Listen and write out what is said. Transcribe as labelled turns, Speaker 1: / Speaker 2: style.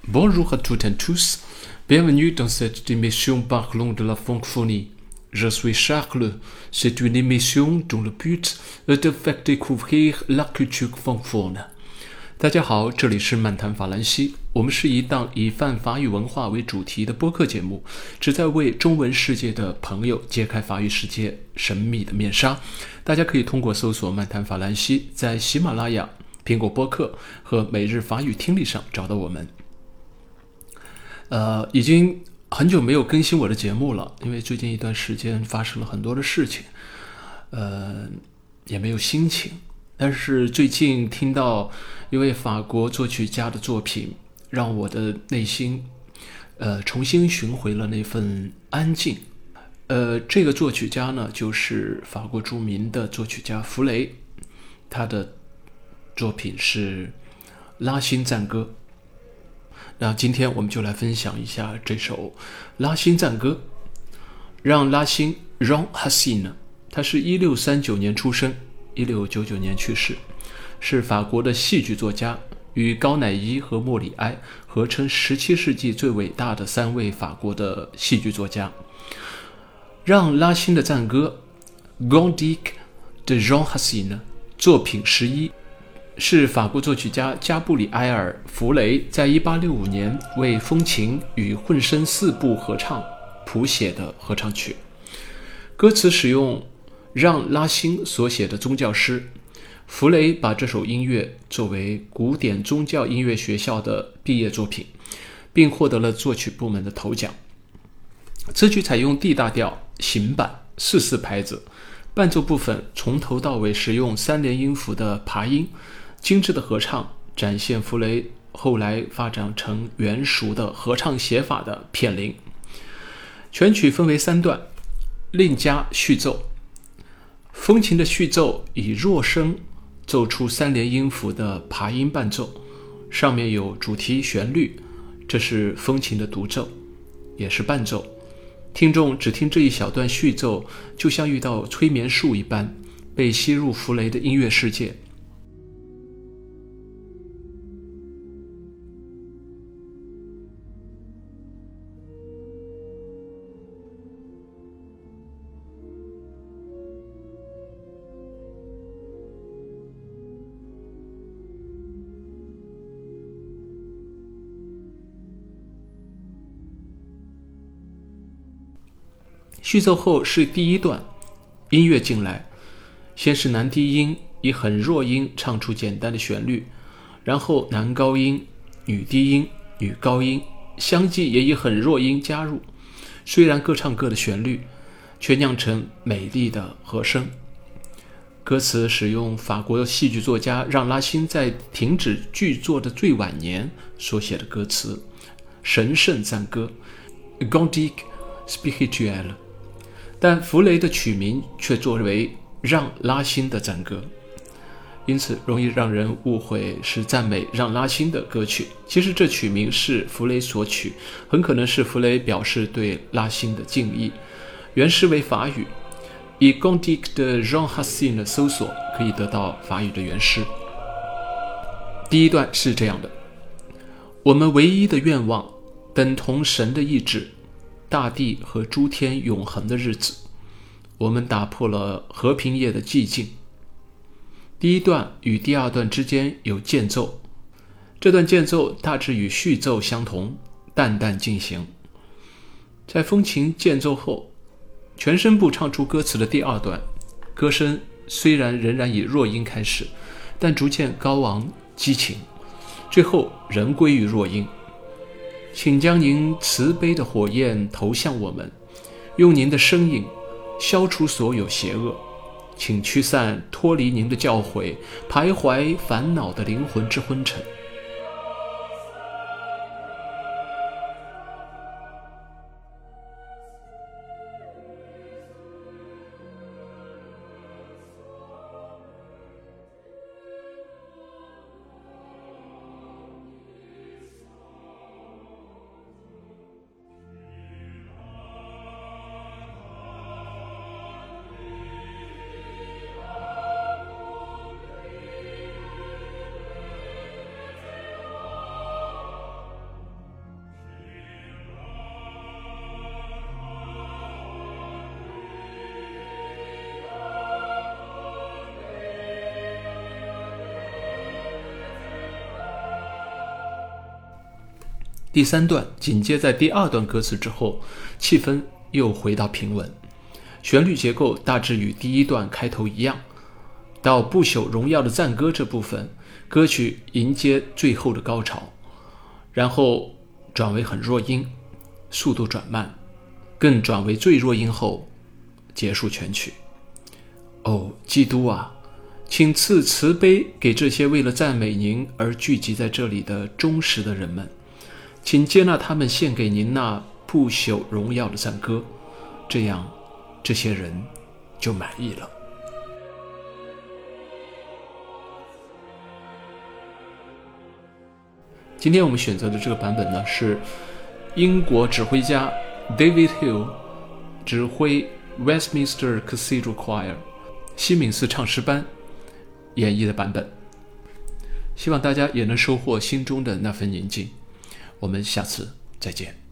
Speaker 1: Bonjour à toutes et tous, bienvenue dans cette émission Parlons de la francophonie. Je suis Charles, c'est une émission dont le but est de faire découvrir la culture francophone. 大家好，这里是漫谈法兰西，我们是一档以泛法语文化为主题的播客节目，旨在为中文世界的朋友揭开法语世界神秘的面纱。大家可以通过搜索漫谈法兰西，在喜马拉雅、苹果播客和每日法语听力上找到我们。已经很久没有更新我的节目了，因为最近一段时间发生了很多的事情，也没有心情。但是最近听到一位法国作曲家的作品，让我的内心重新寻回了那份安静。这个作曲家呢，就是法国著名的作曲家弗雷，他的作品是《拉辛赞歌》。那今天我们就来分享一下这首拉辛赞歌。让拉辛 Jean Racine， 他是1639年出生，1699年去世，是法国的戏剧作家，与高乃伊和莫里埃合称17世纪最伟大的3位法国的戏剧作家。让拉辛的赞歌 Cantique de Jean Racine 作品11，是法国作曲家加布里埃尔·弗雷在1865年为风琴与混声4部合唱谱写的合唱曲。歌词使用让拉辛所写的宗教诗，弗雷把这首音乐作为古典宗教音乐学校的毕业作品，并获得了作曲部门的头奖。此曲采用 D 大调行板4/4拍子，伴奏部分从头到尾使用3连音符的爬音，精致的合唱展现弗雷后来发展成圆熟的合唱写法的片灵。全曲分为3段，另加序奏。风琴的序奏以弱声奏出3连音符的爬音伴奏，上面有主题旋律，这是风琴的独奏，也是伴奏。听众只听这一小段序奏，就像遇到催眠术一般，被吸入弗雷的音乐世界。序奏后是第1段，音乐进来，先是男低音以很弱音唱出简单的旋律，然后男高音、女低音、女高音相继也以很弱音加入，虽然各唱各的旋律，却酿成美丽的和声。歌词使用法国戏剧作家让拉辛在停止剧作的最晚年所写的歌词，神圣赞歌 Cantique spirituel， 但弗雷的曲名却作为让拉辛的赞歌，因此容易让人误会是赞美让拉辛的歌曲。其实这曲名是弗雷所取，很可能是弗雷表示对拉辛的敬意。原诗为法语，以 Cantique de Jean Racine 搜索可以得到法语的原诗。第1段是这样的：我们唯一的愿望等同神的意志，大地和诸天永恒的日子，我们打破了和平夜的寂静。第1段与第2段之间有间奏，这段间奏大致与序奏相同，淡淡进行。在风琴间奏后，全声部唱出歌词的第2段，歌声虽然仍然以弱音开始，但逐渐高昂激情，最后仍归于弱音。请将您慈悲的火焰投向我们，用您的声音消除所有邪恶，请驱散脱离您的教诲徘徊烦恼的灵魂之昏沉。 第三段紧接在第二段歌词之后，气氛又回到平稳，旋律结构大致与第一段开头一样。到不朽荣耀的赞歌这部分，歌曲迎接最后的高潮，然后转为很弱音，速度转慢，更转为最弱音后结束全曲。哦，基督啊，请赐慈悲给这些为了赞美您而聚集在这里的忠实的人们，请接纳他们献给您那不朽荣耀的赞歌，这样这些人就满意了。今天我们选择的这个版本呢，是英国指挥家 David Hill 指挥 Westminster Cathedral Choir 西敏寺唱诗班演绎的版本。希望大家也能收获心中的那份宁静。我们下次再见。